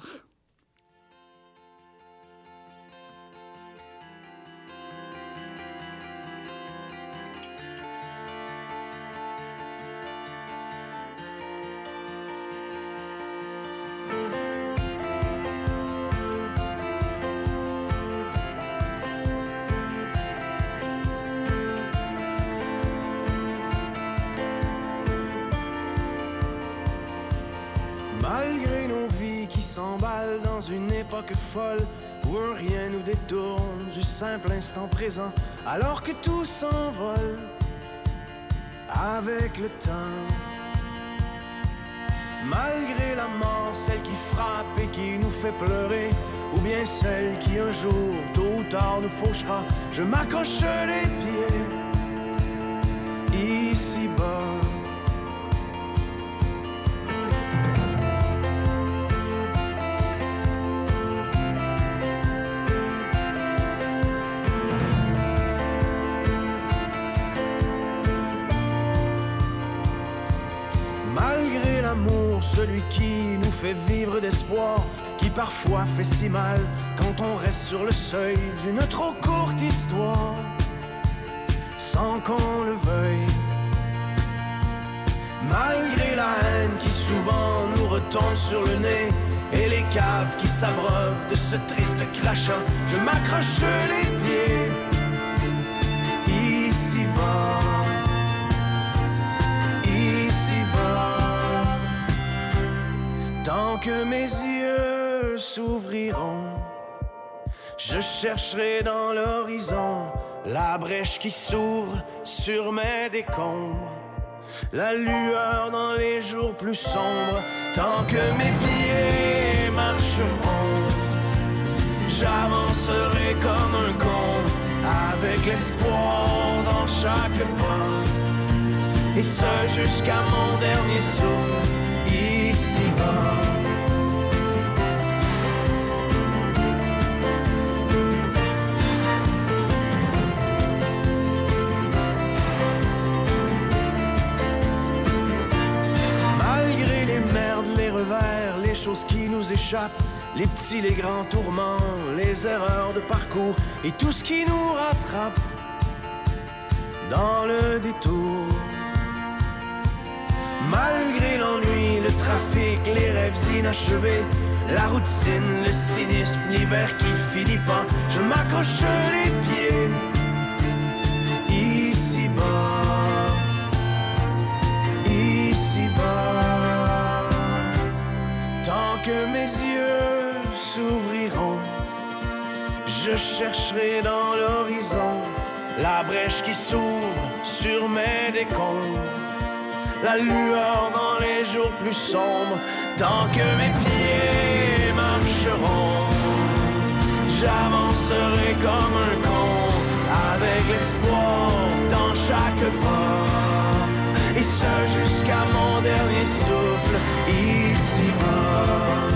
Malgré nos vies qui s'emballent dans une époque folle où un rien nous détourne du simple instant présent, alors que tout s'envole avec le temps. Malgré la mort, celle qui frappe et qui nous fait pleurer, ou bien celle qui un jour, tôt ou tard, nous fauchera, je m'accroche les pieds ici-bas. Celui qui nous fait vivre d'espoir, qui parfois fait si mal quand on reste sur le seuil d'une trop courte histoire, sans qu'on le veuille. Malgré la haine qui souvent nous retombe sur le nez et les caves qui s'abreuvent de ce triste crachat, je m'accroche les pieds ici-bas. Tant que mes yeux s'ouvriront, je chercherai dans l'horizon la brèche qui s'ouvre sur mes décombres, la lueur dans les jours plus sombres. Tant que mes pieds marcheront, j'avancerai comme un con, avec l'espoir dans chaque pas, et ce jusqu'à mon dernier souffle. Ici-bas. Malgré les merdes, les revers, les choses qui nous échappent, les petits, les grands tourments, les erreurs de parcours et tout ce qui nous rattrape dans le détour. Malgré l'ennui, le trafic, les rêves inachevés, la routine, le cynisme, l'hiver qui finit pas, je m'accroche les pieds ici-bas, ici-bas. Tant que mes yeux s'ouvriront, je chercherai dans l'horizon la brèche qui s'ouvre sur mes décombres, la lueur dans les jours plus sombres. Tant que mes pieds marcheront, j'avancerai comme un con, avec l'espoir dans chaque pas, et ce jusqu'à mon dernier souffle ici-bas.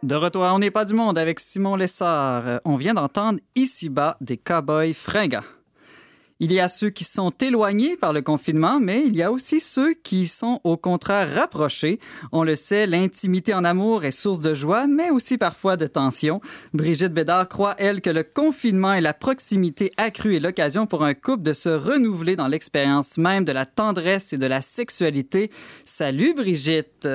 De retour à On n'est pas du monde avec Simon Lessard. On vient d'entendre Ici-bas des Cowboys fringants. Il y a ceux qui sont éloignés par le confinement, mais il y a aussi ceux qui sont au contraire rapprochés. On le sait, l'intimité en amour est source de joie, mais aussi parfois de tension. Brigitte Bédard croit, elle, que le confinement et la proximité accrue est l'occasion pour un couple de se renouveler dans l'expérience même de la tendresse et de la sexualité. Salut Brigitte!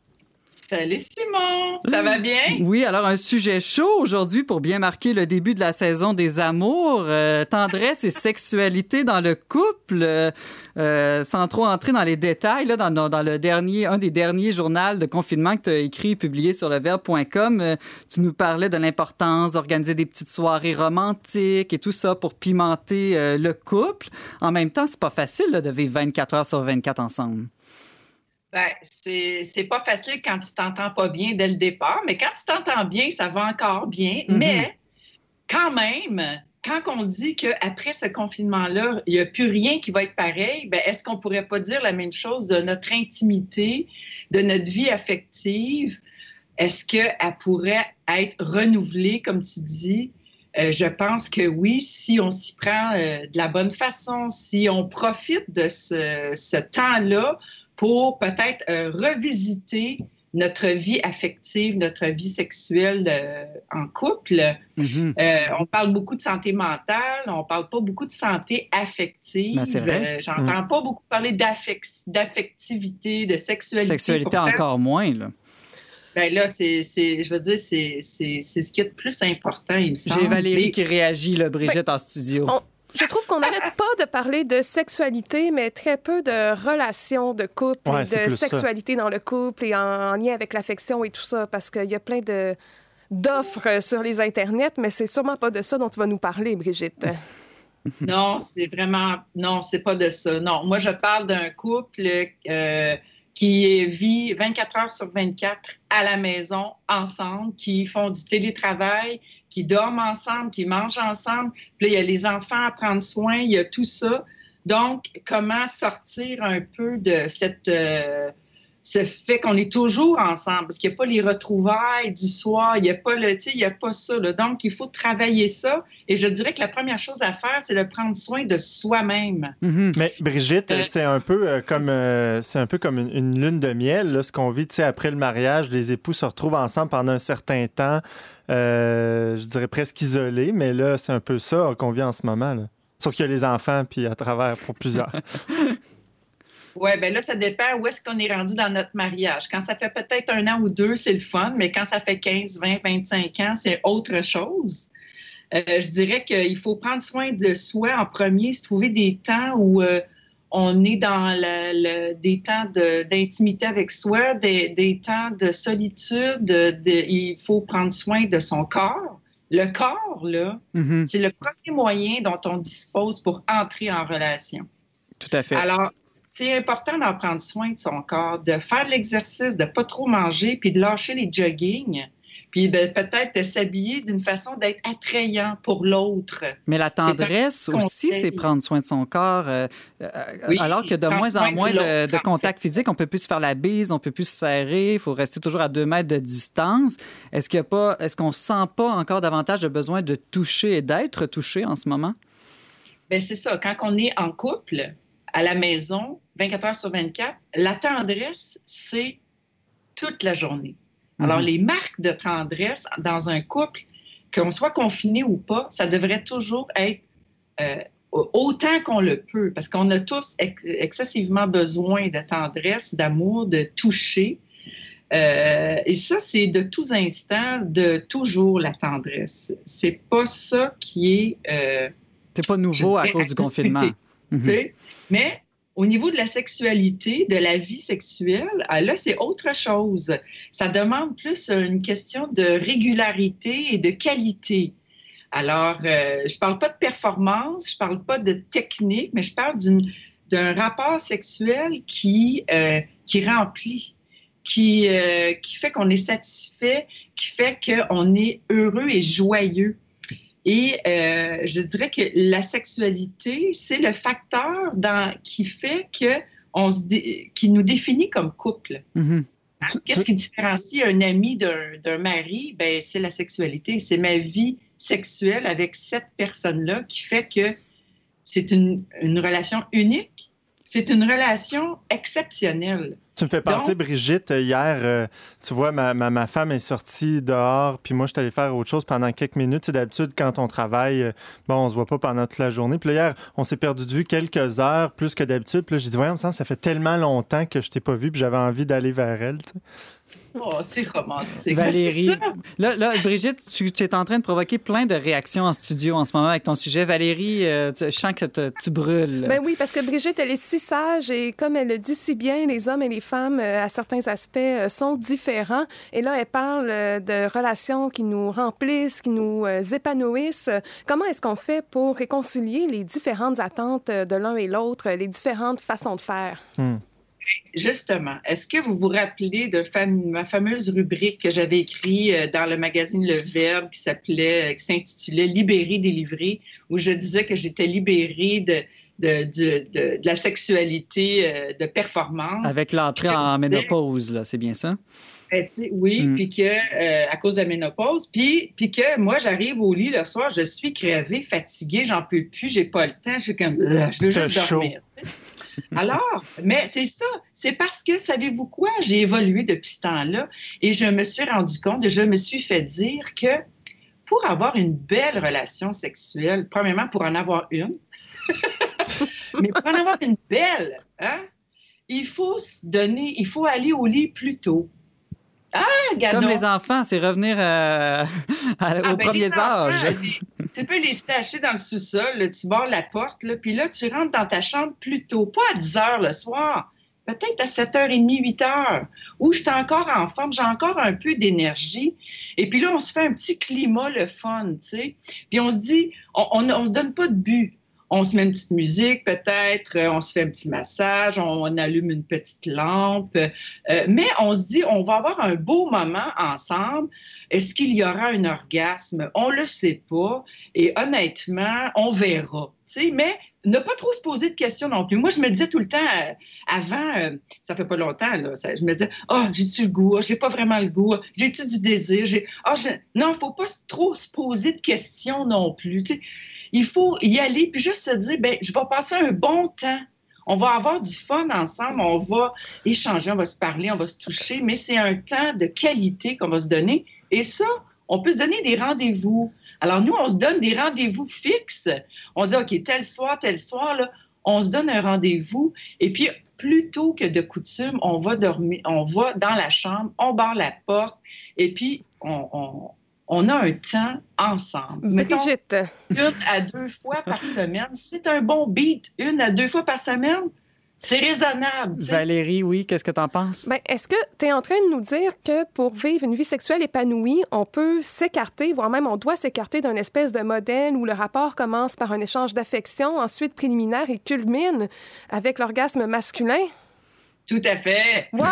Salut Simon, ça va bien? Oui, alors un sujet chaud aujourd'hui pour bien marquer le début de la saison des amours, euh, tendresse et sexualité dans le couple. Euh, euh, sans trop entrer dans les détails, là, dans, dans le dernier, un des derniers journaux de confinement que tu as écrit et publié sur le verbe point com, euh, tu nous parlais de l'importance d'organiser des petites soirées romantiques et tout ça pour pimenter euh, le couple. En même temps, c'est pas facile là, de vivre vingt-quatre heures sur vingt-quatre ensemble. Ben, c'est, c'est pas facile quand tu t'entends pas bien dès le départ, mais quand tu t'entends bien, ça va encore bien. Mm-hmm. Mais quand même, quand on dit qu'après ce confinement-là, il n'y a plus rien qui va être pareil, ben, est-ce qu'on pourrait pas dire la même chose de notre intimité, de notre vie affective? Est-ce qu'elle pourrait être renouvelée, comme tu dis? Euh, je pense que oui, si on s'y prend euh, de la bonne façon, si on profite de ce, ce temps-là, pour peut-être euh, revisiter notre vie affective, notre vie sexuelle euh, en couple. Mm-hmm. Euh, on parle beaucoup de santé mentale, on parle pas beaucoup de santé affective. Ben, c'est vrai. Euh, j'entends mm. pas beaucoup parler d'affect- d'affectivité, de sexualité. Sexualité Pourtant, encore moins, là. Ben là, c'est, c'est, je veux dire, c'est, c'est, c'est ce qui est le plus important, il me semble. J'ai Valérie Mais... qui réagit, là, Brigitte, ben, en studio. On... Je trouve qu'on n'arrête pas de parler de sexualité, mais très peu de relations de couple, ouais, et de sexualité ça. Dans le couple et en, en lien avec l'affection et tout ça, parce qu'il y a plein de, d'offres sur les internets, mais c'est sûrement pas de ça dont tu vas nous parler, Brigitte. Non, c'est vraiment... Non, c'est pas de ça. Non, moi, je parle d'un couple euh, qui vit vingt-quatre heures sur vingt-quatre à la maison, ensemble, qui font du télétravail, qui dorment ensemble, qui mangent ensemble. Puis là, il y a les enfants à prendre soin, il y a tout ça. Donc, comment sortir un peu de cette, euh, ce fait qu'on est toujours ensemble? Parce qu'il n'y a pas les retrouvailles du soir, il n'y a pas le, tu sais, il n'y a pas ça, là. Donc, il faut travailler ça. Et je dirais que la première chose à faire, c'est de prendre soin de soi-même. Mm-hmm. Mais Brigitte, euh, c'est un peu euh, comme, euh, c'est un peu comme une, une lune de miel, là, ce qu'on vit, tu sais, après le mariage, les époux se retrouvent ensemble pendant un certain temps. Euh, je dirais presque isolé, mais là, c'est un peu ça qu'on vit en ce moment. Là. Sauf qu'il y a les enfants, puis à travers pour plusieurs. Oui, bien là, ça dépend où est-ce qu'on est rendu dans notre mariage. Quand ça fait peut-être un an ou deux, c'est le fun, mais quand ça fait quinze, vingt, vingt-cinq ans, c'est autre chose. Euh, je dirais qu'il faut prendre soin de soi en premier, se trouver des temps où euh, on est dans le, le, des temps de, d'intimité avec soi, des, des temps de solitude. De, de, il faut prendre soin de son corps. Le corps, là, mm-hmm. c'est le premier moyen dont on dispose pour entrer en relation. Tout à fait. Alors, c'est important d'en prendre soin de son corps, de faire de l'exercice, de ne pas trop manger, puis de lâcher les joggings. Puis de, peut-être de s'habiller d'une façon d'être attrayant pour l'autre. Mais la tendresse aussi, c'est prendre soin de son corps. Euh, oui, alors que de moins en moins de, de contact physique, on ne peut plus se faire la bise, on ne peut plus se serrer, il faut rester toujours à deux mètres de distance. Est-ce qu'il y a pas, est-ce qu'on ne sent pas encore davantage de besoin de toucher et d'être touché en ce moment? Bien, c'est ça. Quand on est en couple, à la maison, vingt-quatre heures sur vingt-quatre, la tendresse, c'est toute la journée. Alors, mm-hmm. les marques de tendresse dans un couple, qu'on soit confiné ou pas, ça devrait toujours être euh, autant qu'on le peut, parce qu'on a tous ex- excessivement besoin de tendresse, d'amour, de toucher. Euh, et ça, c'est de tous instants, de toujours la tendresse. C'est pas ça qui est... Euh, c'est pas nouveau à cause du confinement. Mm-hmm. Mais... Au niveau de la sexualité, de la vie sexuelle, là, c'est autre chose. Ça demande plus une question de régularité et de qualité. Alors, euh, je parle pas de performance, je parle pas de technique, mais je parle d'une, d'un rapport sexuel qui, euh, qui remplit, qui, euh, qui fait qu'on est satisfait, qui fait qu'on est heureux et joyeux. Et euh, je dirais que la sexualité, c'est le facteur dans, qui fait que on se dé, qui nous définit comme couple. Mm-hmm. Hein? Qu'est-ce qui différencie un ami d'un, d'un mari? Ben, c'est la sexualité. C'est ma vie sexuelle avec cette personne-là qui fait que c'est une, une relation unique. C'est une relation exceptionnelle. Tu me fais penser, donc, Brigitte, hier, euh, tu vois, ma, ma, ma femme est sortie dehors, puis moi, je suis allé faire autre chose pendant quelques minutes. C'est d'habitude, quand on travaille, euh, bon, on se voit pas pendant toute la journée. Puis là, hier, on s'est perdu de vue quelques heures, plus que d'habitude. Puis là, j'ai dit, voyons, il me semble, ça fait tellement longtemps que je t'ai pas vu, puis j'avais envie d'aller vers elle, tu sais. Oh, c'est romantique. Valérie, là, là, Brigitte, tu, tu es en train de provoquer plein de réactions en studio en ce moment avec ton sujet. Valérie, euh, tu, je sens que te, tu brûles. Ben oui, parce que Brigitte, elle est si sage et comme elle le dit si bien, les hommes et les femmes, euh, à certains aspects, euh, sont différents. Et là, elle parle euh, de relations qui nous remplissent, qui nous euh, épanouissent. Comment est-ce qu'on fait pour réconcilier les différentes attentes de l'un et l'autre, les différentes façons de faire? Hmm. Justement, est-ce que vous vous rappelez de fam- ma fameuse rubrique que j'avais écrite dans le magazine Le Verbe qui s'appelait, qui s'intitulait « Libérée, délivrée », où je disais que j'étais libérée de, de, de, de, de la sexualité de performance. Avec l'entrée en ménopause, là, c'est bien ça? Ben, oui, mm. puis que euh, à cause de la ménopause, puis, puis que moi, j'arrive au lit le soir, je suis crevée, fatiguée, j'en peux plus, j'ai pas le temps, je suis comme, je veux juste chaud. dormir. Alors, mais c'est ça, c'est parce que, savez-vous quoi, j'ai évolué depuis ce temps-là et je me suis rendu compte, je me suis fait dire que pour avoir une belle relation sexuelle, premièrement, pour en avoir une, mais pour en avoir une belle, hein, il faut se donner, il faut aller au lit plus tôt. Ah, gadon. Comme les enfants, c'est revenir euh, à, ah, aux ben, premiers les enfants, âges. Les, tu peux les stacher dans le sous-sol, là, tu barres la porte, là, puis là, tu rentres dans ta chambre plus tôt, pas à dix heures le soir, peut-être à sept heures trente, huit heures, où j'étais encore en forme, j'ai encore un peu d'énergie. Et puis là, on se fait un petit climat, le fun, tu sais. Puis on se dit, on, on, on se donne pas de but. On se met une petite musique, peut-être, on se fait un petit massage, on, on allume une petite lampe, euh, mais on se dit, on va avoir un beau moment ensemble. Est-ce qu'il y aura un orgasme? On le sait pas, et honnêtement, on verra. Tu sais, mais ne pas trop se poser de questions non plus. Moi, je me disais tout le temps, euh, avant, euh, ça fait pas longtemps, là, ça, je me disais, ah, oh, j'ai-tu le goût? J'ai pas vraiment le goût? J'ai-tu du désir? J'ai... Oh, je... Non, faut pas trop se poser de questions non plus. Tu sais, il faut y aller puis juste se dire, ben, je vais passer un bon temps. On va avoir du fun ensemble, on va échanger, on va se parler, on va se toucher, mais c'est un temps de qualité qu'on va se donner. Et ça, on peut se donner des rendez-vous. Alors, nous, on se donne des rendez-vous fixes. On se dit, OK, tel soir, tel soir, là, on se donne un rendez-vous. Et puis, plutôt que de coutume, on va dormir, on va dans la chambre, on barre la porte, et puis on, on, on a un temps ensemble. Brigitte. Mettons, une à deux fois par semaine, c'est un bon beat. Une à deux fois par semaine, c'est raisonnable. T'sais. Valérie, oui, qu'est-ce que tu en penses? Bien, est-ce que tu es en train de nous dire que pour vivre une vie sexuelle épanouie, on peut s'écarter, voire même on doit s'écarter d'un espèce de modèle où le rapport commence par un échange d'affection, ensuite préliminaire et culmine avec l'orgasme masculin? Tout à fait. Wow!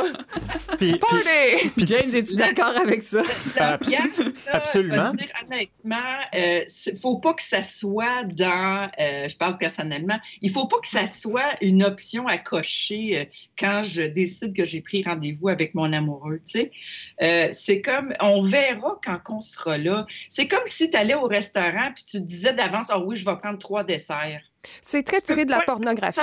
Puis, Party! Puis James, es-tu d'accord avec ça? La pièce, là, absolument. Je vais dire honnêtement, il euh, ne faut pas que ça soit dans, euh, je parle personnellement, il ne faut pas que ça soit une option à cocher euh, quand je décide que j'ai pris rendez-vous avec mon amoureux. Tu sais, euh, c'est comme, on verra quand on sera là. C'est comme si tu allais au restaurant puis tu te disais d'avance, ah oh oui, je vais prendre trois desserts. C'est très tiré de la pornographie.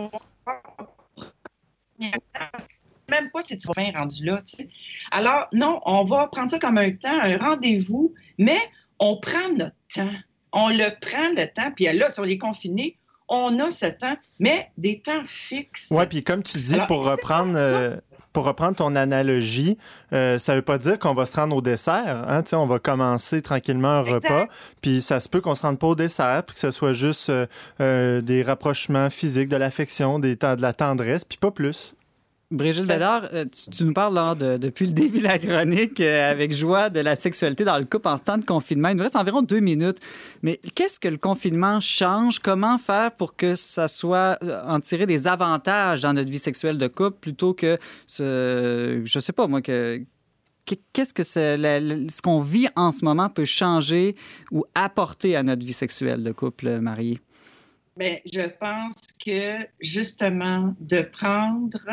Même pas si tu vas bien rendu là. Tu sais. Alors, non, on va prendre ça comme un temps, un rendez-vous, mais on prend notre temps. On le prend le temps, puis là, si on est confiné, on a ce temps, mais des temps fixes. Oui, puis comme tu dis, Alors, pour reprendre... Euh, pour reprendre ton analogie, euh, ça ne veut pas dire qu'on va se rendre au dessert. Hein? On va commencer tranquillement un exact. repas, puis ça se peut qu'on ne se rende pas au dessert, puis que ce soit juste euh, euh, des rapprochements physiques, de l'affection, des temps, de la tendresse, puis pas plus. Brigitte Bédard, tu, tu nous parles là, de, depuis le début de la chronique euh, avec joie de la sexualité dans le couple en ce temps de confinement. Il nous reste environ deux minutes. Mais qu'est-ce que le confinement change? Comment faire pour que ça soit en tirer des avantages dans notre vie sexuelle de couple plutôt que ce, je sais pas moi, que qu'est-ce que c'est, la, la, ce qu'on vit en ce moment peut changer ou apporter à notre vie sexuelle de couple marié? Bien, je pense que justement de prendre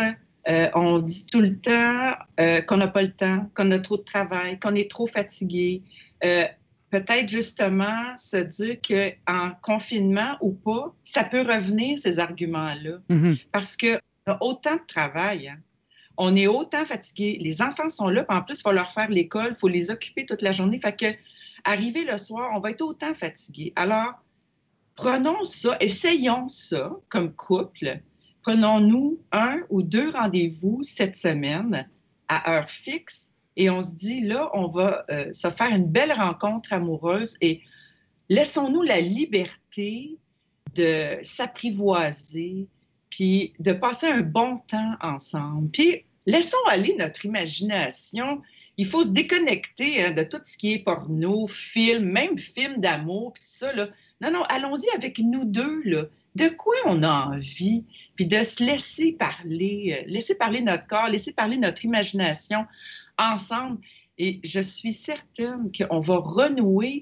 Euh, on dit tout le temps euh, qu'on n'a pas le temps, qu'on a trop de travail, qu'on est trop fatigué. Euh, peut-être justement se dire qu'en confinement ou pas, ça peut revenir, ces arguments-là. Mm-hmm. Parce qu'on a autant de travail, hein. On est autant fatigué. Les enfants sont là, puis en plus, il faut leur faire l'école, il faut les occuper toute la journée. Fait que, arrivé le soir, on va être autant fatigué. Alors, prenons ça, essayons ça comme couple. Prenons-nous un ou deux rendez-vous cette semaine à heure fixe et on se dit, là, on va euh, se faire une belle rencontre amoureuse et laissons-nous la liberté de s'apprivoiser puis de passer un bon temps ensemble. Puis laissons aller notre imagination. Il faut se déconnecter hein, de tout ce qui est porno, film, même film d'amour, puis tout ça, là. Non, non, allons-y avec nous deux, là. De quoi on a envie, puis de se laisser parler, euh, laisser parler notre corps, laisser parler notre imagination ensemble. Et je suis certaine qu'on va renouer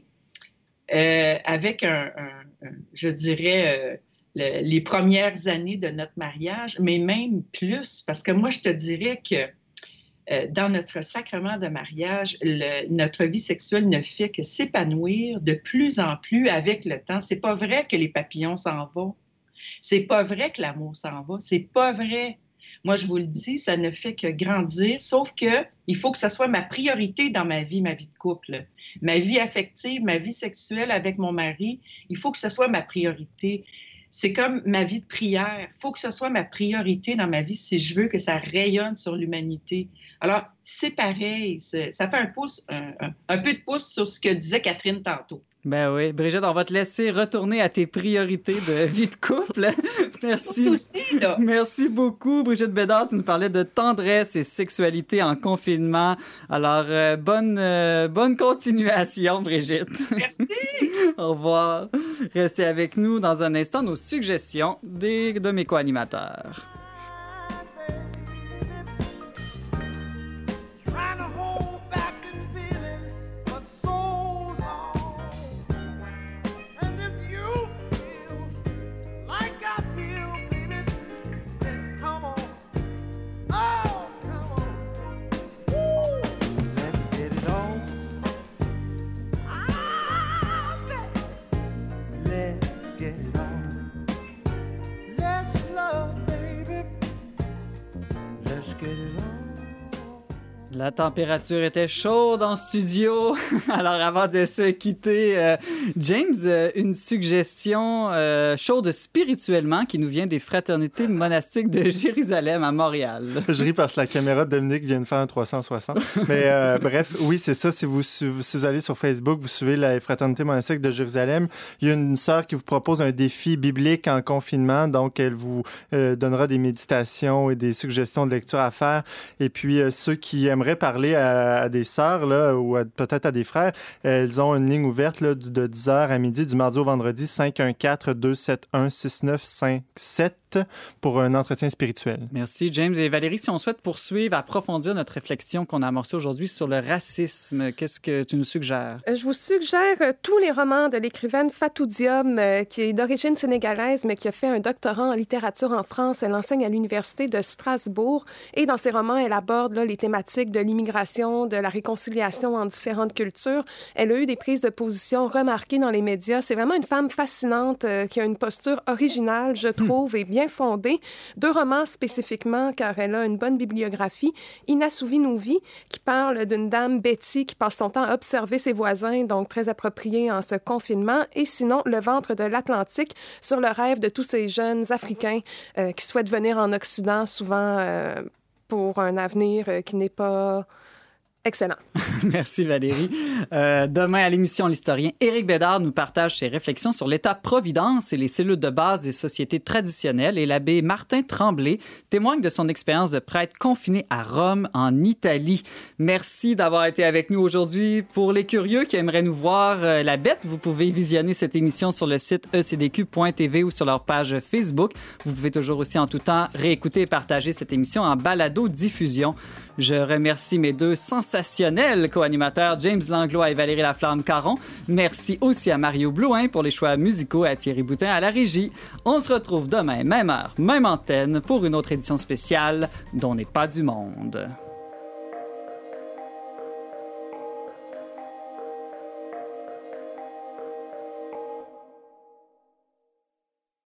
euh, avec un, un, un, je dirais, euh, le, les premières années de notre mariage, mais même plus, parce que moi, je te dirais que euh, dans notre sacrement de mariage, le, notre vie sexuelle ne fait que s'épanouir de plus en plus avec le temps. C'est pas vrai que les papillons s'en vont. C'est pas vrai que l'amour s'en va. C'est pas vrai. Moi, je vous le dis, ça ne fait que grandir, sauf que il faut que ce soit ma priorité dans ma vie, ma vie de couple. Ma vie affective, ma vie sexuelle avec mon mari, il faut que ce soit ma priorité. C'est comme ma vie de prière. Il faut que ce soit ma priorité dans ma vie si je veux que ça rayonne sur l'humanité. Alors, c'est pareil. C'est, ça fait un, pouce, un, un, un peu de pouce sur ce que disait Catherine tantôt. Ben oui. Brigitte, on va te laisser retourner à tes priorités de vie de couple. Merci. Aussi, là. Merci beaucoup, Brigitte Bédard. Tu nous parlais de tendresse et sexualité en confinement. Alors, euh, bonne, euh, bonne continuation, Brigitte. Merci. Au revoir. Restez avec nous dans un instant, nos suggestions des, de mes co-animateurs. La température était chaude en studio. Alors, avant de se quitter, euh, James, euh, une suggestion euh, chaude spirituellement qui nous vient des fraternités monastiques de Jérusalem à Montréal. Je ris parce que la caméra de Dominique vient de faire un trois cent soixante. Mais euh, bref, oui, c'est ça. Si vous, si vous allez sur Facebook, vous suivez la fraternité monastique de Jérusalem, il y a une sœur qui vous propose un défi biblique en confinement. Donc, elle vous euh, donnera des méditations et des suggestions de lecture à faire. Et puis, euh, ceux qui aimeraient parler à, à des sœurs là, ou à, peut-être à des frères, elles ont une ligne ouverte là, de dix heures à midi, du mardi au vendredi, cinq un quatre, deux sept un, six neuf cinq sept pour un entretien spirituel. Merci, James. Et Valérie, si on souhaite poursuivre, approfondir notre réflexion qu'on a amorcée aujourd'hui sur le racisme, qu'est-ce que tu nous suggères? Je vous suggère euh, tous les romans de l'écrivaine Fatou Diom, euh, qui est d'origine sénégalaise, mais qui a fait un doctorat en littérature en France. Elle enseigne à l'Université de Strasbourg. Et dans ses romans, elle aborde là, les thématiques de l'immigration, de la réconciliation en différentes cultures. Elle a eu des prises de position remarquées dans les médias. C'est vraiment une femme fascinante euh, qui a une posture originale, je trouve, mmh. et bien fondée. Deux romans spécifiquement, car elle a une bonne bibliographie. Inassouvi nous vit, qui parle d'une dame, Betty, qui passe son temps à observer ses voisins, donc très approprié en ce confinement. Et sinon, Le ventre de l'Atlantique, sur le rêve de tous ces jeunes Africains euh, qui souhaitent venir en Occident, souvent euh, pour un avenir euh, qui n'est pas excellent. Merci Valérie. Euh, demain à l'émission, l'historien Éric Bédard nous partage ses réflexions sur l'État-providence et les cellules de base des sociétés traditionnelles, et l'abbé Martin Tremblay témoigne de son expérience de prêtre confiné à Rome, en Italie. Merci d'avoir été avec nous aujourd'hui. Pour les curieux qui aimeraient nous voir euh, la bête, vous pouvez visionner cette émission sur le site e c d q point t v ou sur leur page Facebook. Vous pouvez toujours aussi en tout temps réécouter et partager cette émission en balado-diffusion. Je remercie mes deux sensationnels co-animateurs, James Langlois et Valérie Laflamme-Caron. Merci aussi à Mario Blouin pour les choix musicaux et à Thierry Boutin à la régie. On se retrouve demain, même heure, même antenne, pour une autre édition spéciale dont n'est pas du monde.